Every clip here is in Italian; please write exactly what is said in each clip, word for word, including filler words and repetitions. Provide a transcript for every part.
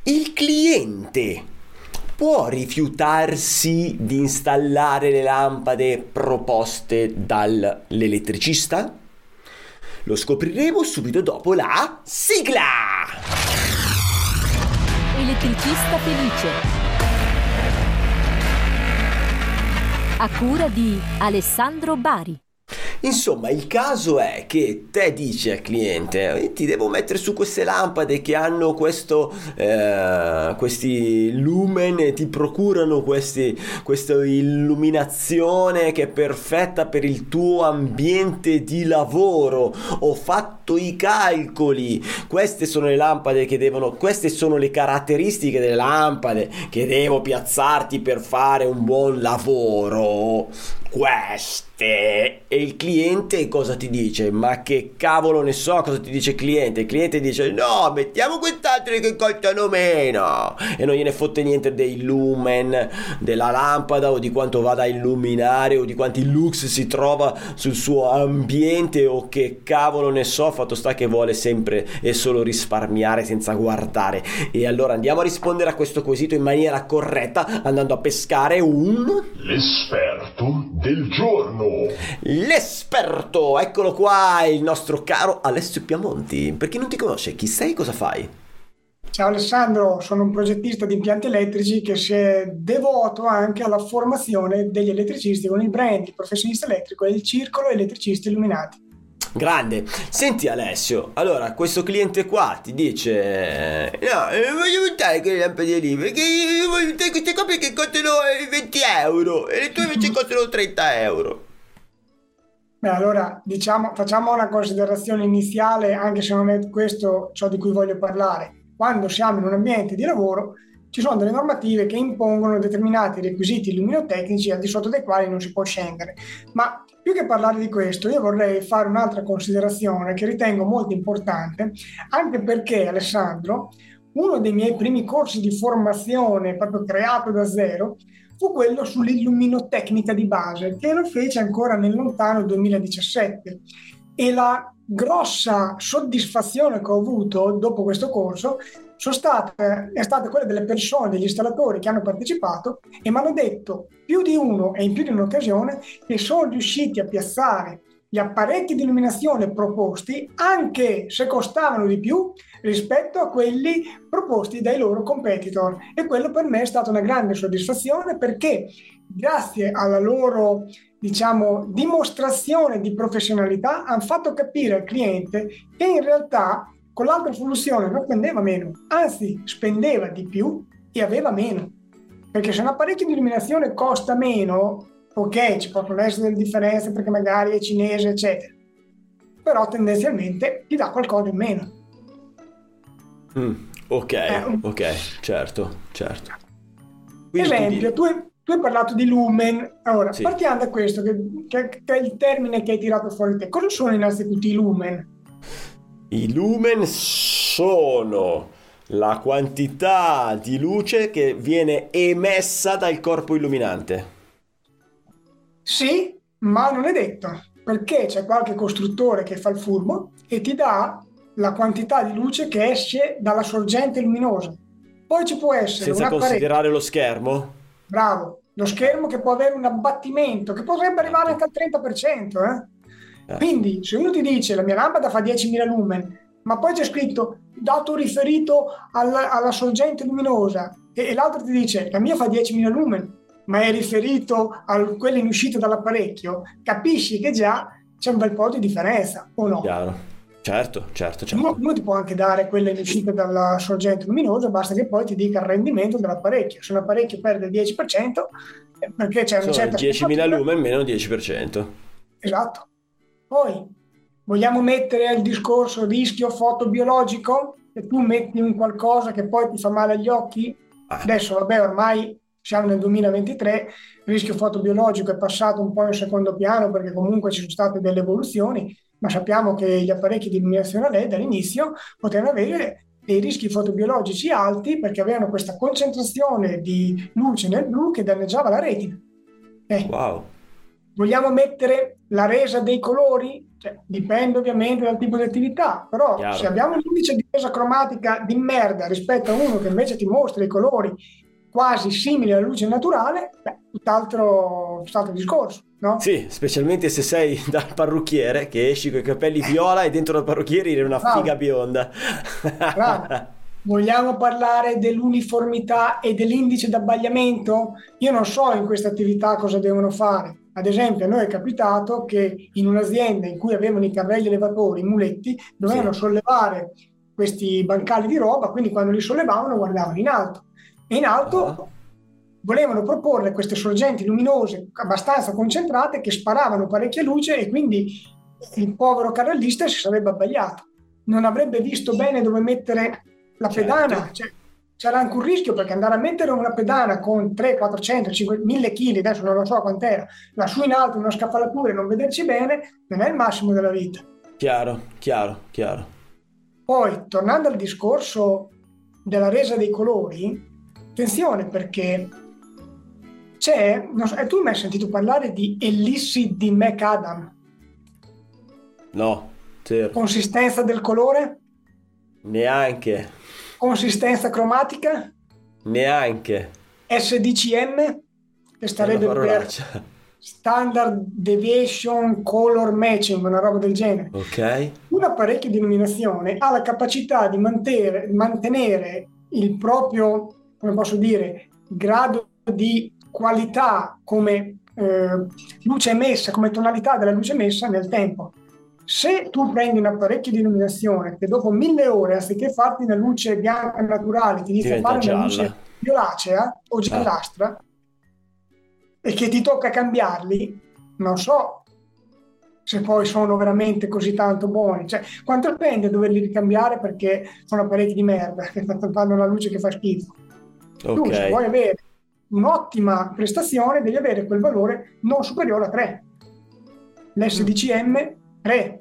Il cliente può rifiutarsi di installare le lampade proposte dall'elettricista? Lo scopriremo subito dopo la sigla! Elettricista felice, a cura di Alessandro Bari. Insomma, il caso è che te dici al cliente: ti devo mettere su queste lampade che hanno questo eh, questi lumen e ti procurano questi, questa illuminazione che è perfetta per il tuo ambiente di lavoro. Ho fatto i calcoli, queste sono le lampade che devono, queste sono le caratteristiche delle lampade che devo piazzarti per fare un buon lavoro. Queste. E il cliente cosa ti dice? Ma che cavolo ne so cosa ti dice il cliente? Il cliente dice: no, mettiamo quest'altro che costano meno, e non gliene fotte niente dei lumen della lampada o di quanto vada a illuminare o di quanti lux si trova sul suo ambiente o che cavolo ne so. Fatto sta che vuole sempre e solo risparmiare senza guardare. E allora andiamo a rispondere a questo quesito in maniera corretta andando a pescare un l'esperto del giorno. L'esperto, eccolo qua, il nostro caro Alessio Piamonti. Per chi non ti conosce, chi sei e cosa fai? Ciao Alessandro, sono un progettista di impianti elettrici che si è devoto anche alla formazione degli elettricisti con il brand Il Professionista Elettrico e il Circolo Elettricisti Illuminati. Grande. Senti Alessio, allora questo cliente qua ti dice: no, non voglio buttare quelle lampade lì perché io voglio buttare queste copie che costano venti euro e le tue invece costano trenta euro. Beh, allora diciamo, facciamo una considerazione iniziale, anche se non è questo ciò di cui voglio parlare. Quando siamo in un ambiente di lavoro ci sono delle normative che impongono determinati requisiti illuminotecnici al di sotto dei quali non si può scendere. Ma più che parlare di questo, io vorrei fare un'altra considerazione che ritengo molto importante, anche perché, Alessandro, uno dei miei primi corsi di formazione, proprio creato da zero, fu quello sull'illuminotecnica di base, che lo fece ancora nel lontano duemiladiciassette. E la grossa soddisfazione che ho avuto dopo questo corso sono state, è stata quella delle persone, degli installatori che hanno partecipato e mi hanno detto più di uno e in più di un'occasione che sono riusciti a piazzare gli apparecchi di illuminazione proposti anche se costavano di più rispetto a quelli proposti dai loro competitor, e quello per me è stata una grande soddisfazione, perché grazie alla loro, diciamo, dimostrazione di professionalità hanno fatto capire al cliente che in realtà con l'altra soluzione non spendeva meno, anzi spendeva di più e aveva meno, perché se un apparecchio di illuminazione costa meno, ok, ci possono essere delle differenze perché magari è cinese eccetera, però tendenzialmente ti dà qualcosa in meno. Mm, ok, eh, ok, certo, certo. Quindi esempio, tu, hai, tu hai parlato di lumen, allora sì. Partiamo da questo che, che, che è il termine che hai tirato fuori te. Cosa sono innanzitutto i lumen? I lumen sono la quantità di luce che viene emessa dal corpo illuminante. Sì, ma non è detto, perché c'è qualche costruttore che fa il furbo e ti dà la quantità di luce che esce dalla sorgente luminosa. Poi ci può essere senza un apparecchio, considerare lo schermo? bravo, lo schermo che può avere un abbattimento che potrebbe arrivare anche al trenta per cento, eh? Eh. Quindi se uno ti dice la mia lampada fa diecimila lumen, ma poi c'è scritto dato riferito alla, alla sorgente luminosa, e, e l'altro ti dice la mia fa diecimila lumen, ma è riferito a quella in uscita dall'apparecchio, capisci che già c'è un bel po' di differenza, o no? Chiaro. Certo, certo, certo. Uno, uno ti può anche dare quella in uscita dalla sorgente luminosa, basta che poi ti dica il rendimento dell'apparecchio. Se un apparecchio perde il dieci per cento, perché c'è una Sono certa diecimila lumen meno dieci per cento. Esatto. Poi vogliamo mettere al discorso rischio fotobiologico, che tu metti un qualcosa che poi ti fa male agli occhi. Ah. Adesso vabbè, ormai siamo nel duemilaventitré, il rischio fotobiologico è passato un po' in secondo piano perché comunque ci sono state delle evoluzioni, ma sappiamo che gli apparecchi di illuminazione a L E D all'inizio potevano avere dei rischi fotobiologici alti perché avevano questa concentrazione di luce nel blu che danneggiava la retina. Eh. Wow. Vogliamo mettere la resa dei colori? Cioè, dipende ovviamente dal tipo di attività, però Chiaro. se abbiamo un indice di resa cromatica di merda rispetto a uno che invece ti mostra i colori quasi simili alla luce naturale, beh, tutt'altro, tutt'altro discorso, no? Sì, specialmente se sei dal parrucchiere che esci con i capelli viola e dentro dal parrucchiere eri una Bravo. figa bionda. Bravo. Vogliamo parlare dell'uniformità e dell'indice d'abbagliamento? Io non so in questa attività cosa devono fare. Ad esempio, a noi è capitato che in un'azienda in cui avevano i carrelli elevatori, i muletti, dovevano Sì. sollevare questi bancali di roba, quindi quando li sollevavano guardavano in alto. E in alto Ah. volevano proporre queste sorgenti luminose abbastanza concentrate che sparavano parecchia luce e quindi il povero carrellista si sarebbe abbagliato. Non avrebbe visto bene dove mettere la Certo. pedana, cioè, c'era anche un rischio perché andare a mettere una pedana con trecento, quattrocento, cinquecento, mille chili, adesso non lo so quant'era, lassù in alto, una scaffalatura e non vederci bene, non è il massimo della vita. Chiaro, chiaro, chiaro. Poi, tornando al discorso della resa dei colori, attenzione perché c'è, non so, e tu mi hai sentito parlare di ellissi di McAdam, No, zero. consistenza del colore, Neanche, consistenza cromatica, neanche. S D C M, che È una starebbe per parolaccia. Standard Deviation Color Matching, una roba del genere. Ok? Un apparecchio di illuminazione ha la capacità di mantenere, mantenere il proprio, come posso dire, grado di qualità come eh, luce emessa, come tonalità della luce emessa nel tempo. Se tu prendi un apparecchio di illuminazione che dopo mille ore, anziché farti una luce bianca naturale, ti inizia a Diventa fare una gialla. luce violacea o giallastra, e che ti tocca cambiarli, non so se poi sono veramente così tanto buoni. Cioè, quanto spende a doverli ricambiare perché sono apparecchi di merda che fanno la luce che fa schifo? Tu, se vuoi Ok. avere un'ottima prestazione, devi avere quel valore non superiore a tre. L'S D C M tre.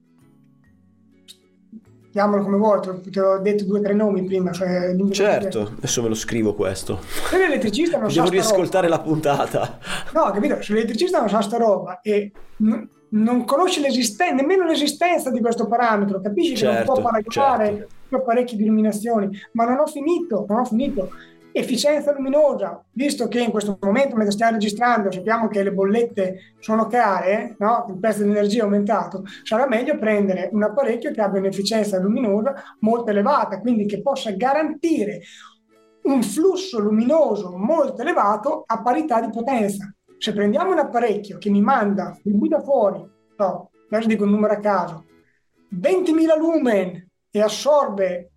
Chiamalo come vuoi, te, te l'ho detto due o tre nomi prima. Cioè, Certo, adesso me lo scrivo questo. Se l'elettricista non sa Devo sta roba, riascoltare la puntata. no, capito? Se l'elettricista non sa sta roba e n- non conosce l'esistenza, nemmeno l'esistenza di questo parametro, capisci che non Certo, può paragonare certo. più apparecchi di illuminazione. Ma non ho finito, non ho finito. Efficienza luminosa, visto che in questo momento, mentre stiamo registrando, sappiamo che le bollette sono care, no? Il prezzo dell'energia è aumentato, sarà meglio prendere un apparecchio che abbia un'efficienza luminosa molto elevata, quindi che possa garantire un flusso luminoso molto elevato a parità di potenza. Se prendiamo un apparecchio che mi manda, mi butta fuori, no, adesso dico un numero a caso, ventimila lumen e assorbe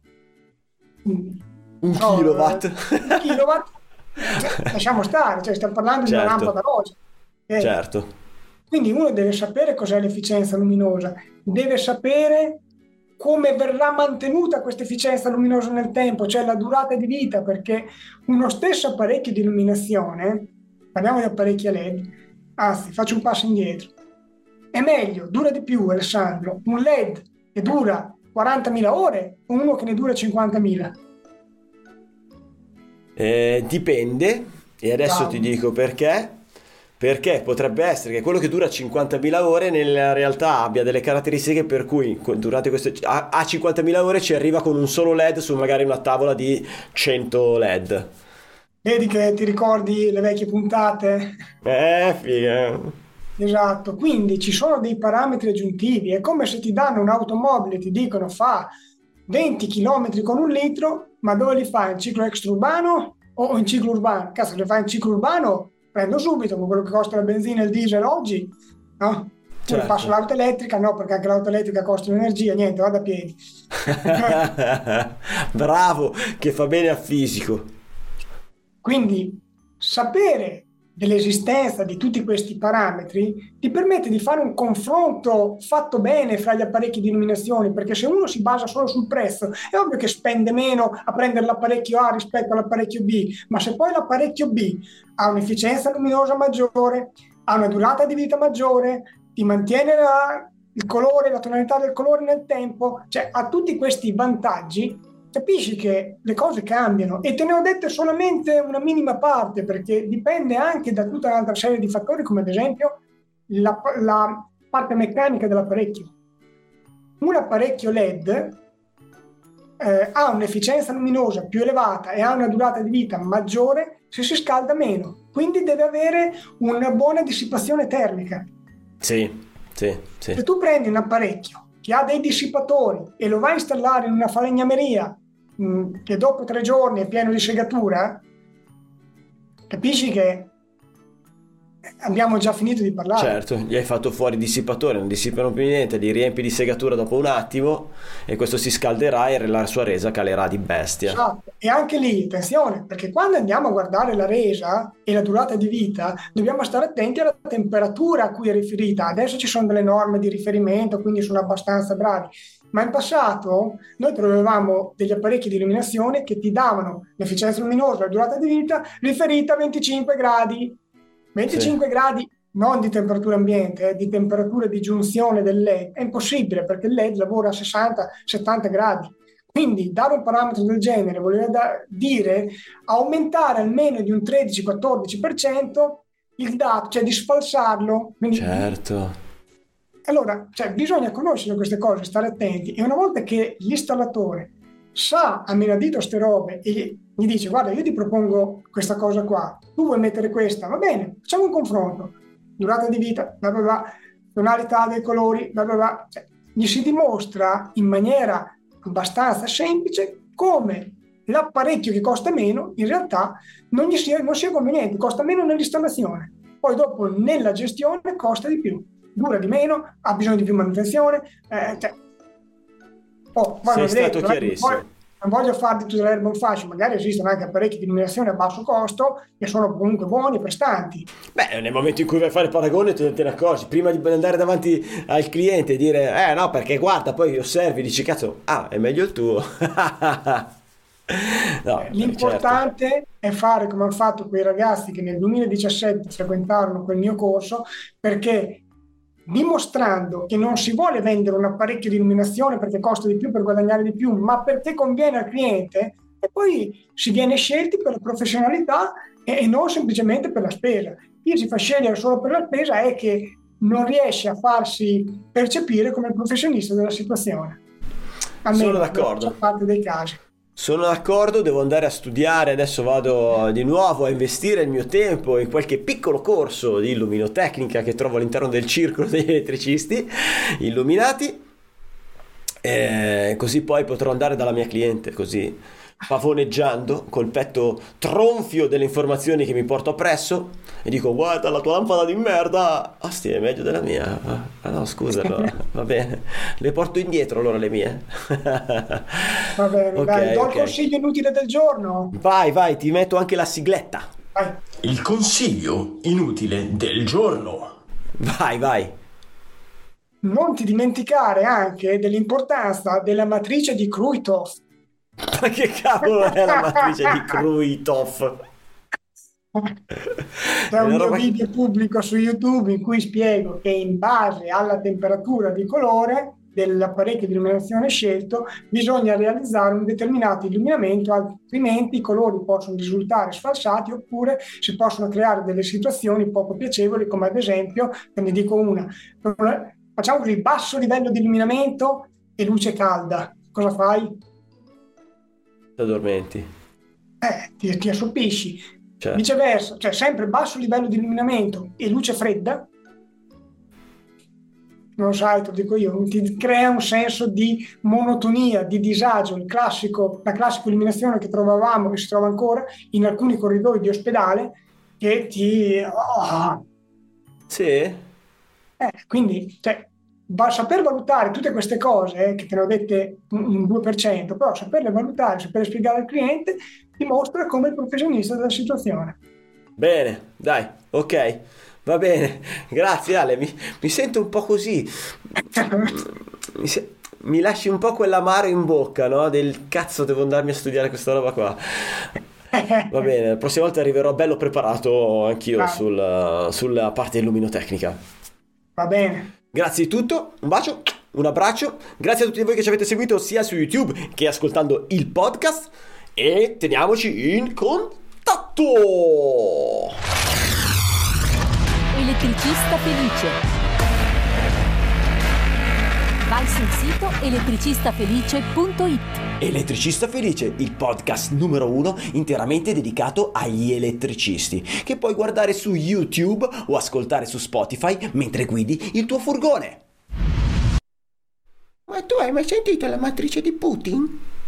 Un no, kilowatt. un kilowatt, cioè, lasciamo stare, cioè, stiamo parlando di una Certo. lampada rosea. Eh, Certo. Quindi uno deve sapere cos'è l'efficienza luminosa, deve sapere come verrà mantenuta questa efficienza luminosa nel tempo, cioè la durata di vita, perché uno stesso apparecchio di illuminazione, parliamo di apparecchi a L E D, anzi faccio un passo indietro, è meglio, dura di più Alessandro, un L E D che dura quarantamila ore o uno che ne dura cinquantamila? Eh, dipende, e adesso Bravo. ti dico perché. Perché potrebbe essere che quello che dura cinquantamila ore nella realtà abbia delle caratteristiche per cui co- durante queste a, a cinquantamila ore ci arriva con un solo L E D su magari una tavola di cento L E D. Vedi che ti ricordi le vecchie puntate? Eh, figa. Esatto, quindi ci sono dei parametri aggiuntivi, è come se ti danno un'automobile e ti dicono fa venti chilometri con un litro, ma dove li fai? In ciclo extraurbano o in ciclo urbano? Cazzo, se li fai in ciclo urbano prendo subito con quello che costa la benzina e il diesel oggi, no? Certo. Passo l'auto elettrica, no, perché anche l'auto elettrica costa l'energia, niente, vado a piedi. Bravo, che fa bene al fisico. Quindi sapere dell'esistenza di tutti questi parametri ti permette di fare un confronto fatto bene fra gli apparecchi di illuminazione, perché se uno si basa solo sul prezzo è ovvio che spende meno a prendere l'apparecchio A rispetto all'apparecchio B, ma se poi l'apparecchio B ha un'efficienza luminosa maggiore, ha una durata di vita maggiore, ti mantiene la, il colore, la tonalità del colore nel tempo, cioè ha tutti questi vantaggi, capisci che le cose cambiano. E te ne ho dette solamente una minima parte, perché dipende anche da tutta un'altra serie di fattori, come ad esempio la, la parte meccanica dell'apparecchio. Un apparecchio L E D eh, ha un'efficienza luminosa più elevata e ha una durata di vita maggiore se si scalda meno, quindi deve avere una buona dissipazione termica. Sì, sì, sì. Se tu prendi un apparecchio che ha dei dissipatori e lo vai a installare in una falegnameria mh, che dopo tre giorni è pieno di segatura, capisci che abbiamo già finito di parlare. Certo, gli hai fatto fuori i dissipatori, non dissipano più niente, li riempi di segatura dopo un attimo e questo si scalderà e la sua resa calerà di bestia. Esatto. E anche lì, attenzione, perché quando andiamo a guardare la resa e la durata di vita, dobbiamo stare attenti alla temperatura a cui è riferita. Adesso ci sono delle norme di riferimento, quindi sono abbastanza bravi. Ma in passato noi avevamo degli apparecchi di illuminazione che ti davano l'efficienza luminosa e la durata di vita riferita a venticinque gradi. venticinque sì. gradi non di temperatura ambiente, eh, di temperatura di giunzione del L E D è impossibile, perché il L E D lavora a sessanta settanta gradi. Quindi dare un parametro del genere voleva da- dire aumentare almeno di un tredici quattordici per cento il dato, cioè di sfalsarlo. Quindi, certo. Allora, cioè, bisogna conoscere queste cose, stare attenti, e una volta che l'installatore sa a menadito ste robe e gli dice: guarda, io ti propongo questa cosa qua, tu vuoi mettere questa, va bene, facciamo un confronto, durata di vita, bla bla bla, tonalità dei colori, bla bla bla. Cioè, gli si dimostra in maniera abbastanza semplice come l'apparecchio che costa meno in realtà non gli sia, non sia conveniente, costa meno nell'installazione, poi dopo nella gestione costa di più, dura di meno, ha bisogno di più manutenzione, eh, cioè, oh, sei vedete, stato chiarissimo. Non non voglio fare di tutto l'erba un fascio, magari esistono anche apparecchi di illuminazione a basso costo che sono comunque buoni e prestanti. Beh, nel momento in cui vai a fare il paragone tu te ne accorgi, prima di andare davanti al cliente e dire eh no, perché guarda, poi osservi, dici cazzo, ah, è meglio il tuo. No, l'importante certo. è fare come hanno fatto quei ragazzi che nel duemiladiciassette frequentarono quel mio corso, perché dimostrando che non si vuole vendere un apparecchio di illuminazione perché costa di più per guadagnare di più, ma perché conviene al cliente, e poi si viene scelti per la professionalità e, e non semplicemente per la spesa. Chi si fa scegliere solo per la spesa è che non riesce a farsi percepire come il professionista della situazione. Almeno, sono d'accordo. Nella parte dei casi. Sono d'accordo, devo andare a studiare, adesso vado di nuovo a investire il mio tempo in qualche piccolo corso di illuminotecnica che trovo all'interno del circolo degli elettricisti illuminati, e così poi potrò andare dalla mia cliente così pavoneggiando col petto tronfio delle informazioni che mi porto appresso e dico: guarda la tua lampada di merda, ostia, è meglio della mia. Ah no, scusa, allora va bene, le porto indietro allora le mie. Va bene, okay, dai, do okay. il consiglio inutile del giorno. Vai, vai, ti metto anche la sigletta. Vai. Il consiglio inutile del giorno. Vai, vai. Non ti dimenticare anche dell'importanza della matrice di Kruithof. Ma che cavolo è la matrice di Kruithof? C'è un mio roba... video pubblico su YouTube in cui spiego che in base alla temperatura di colore dell'apparecchio di illuminazione scelto bisogna realizzare un determinato illuminamento, altrimenti i colori possono risultare sfalsati oppure si possono creare delle situazioni poco piacevoli, come ad esempio, te ne dico una, facciamo così: basso livello di illuminamento e luce calda, cosa fai? Ti addormenti. Eh, ti, ti assopisci. Certo. Viceversa, cioè sempre basso livello di illuminamento e luce fredda, non lo sai, te lo dico io, ti crea un senso di monotonia, di disagio, il classico, la classica illuminazione che trovavamo, che si trova ancora in alcuni corridoi di ospedale, che ti... Oh. Sì? Eh, quindi, cioè, va, saper valutare tutte queste cose, eh, che te ne ho dette un due per cento, però saperle valutare, saperle spiegare al cliente, dimostra come il professionista della situazione. Bene, dai, ok, va bene, grazie Ale, mi, mi sento un po' così, mi, se, mi lasci un po' quell'amaro in bocca, no? Del cazzo, devo andarmi a studiare questa roba qua. Va bene, la prossima volta arriverò bello preparato anch'io sul, sulla parte illuminotecnica. Va bene. Grazie di tutto, un bacio, un abbraccio, grazie a tutti voi che ci avete seguito sia su YouTube che ascoltando il podcast e teniamoci in contatto! Elettricista felice. Vai sul sito elettricistafelice punto it. Elettricista Felice, il podcast numero uno interamente dedicato agli elettricisti, che puoi guardare su YouTube o ascoltare su Spotify mentre guidi il tuo furgone. Ma tu hai mai sentito la matrice di Putin?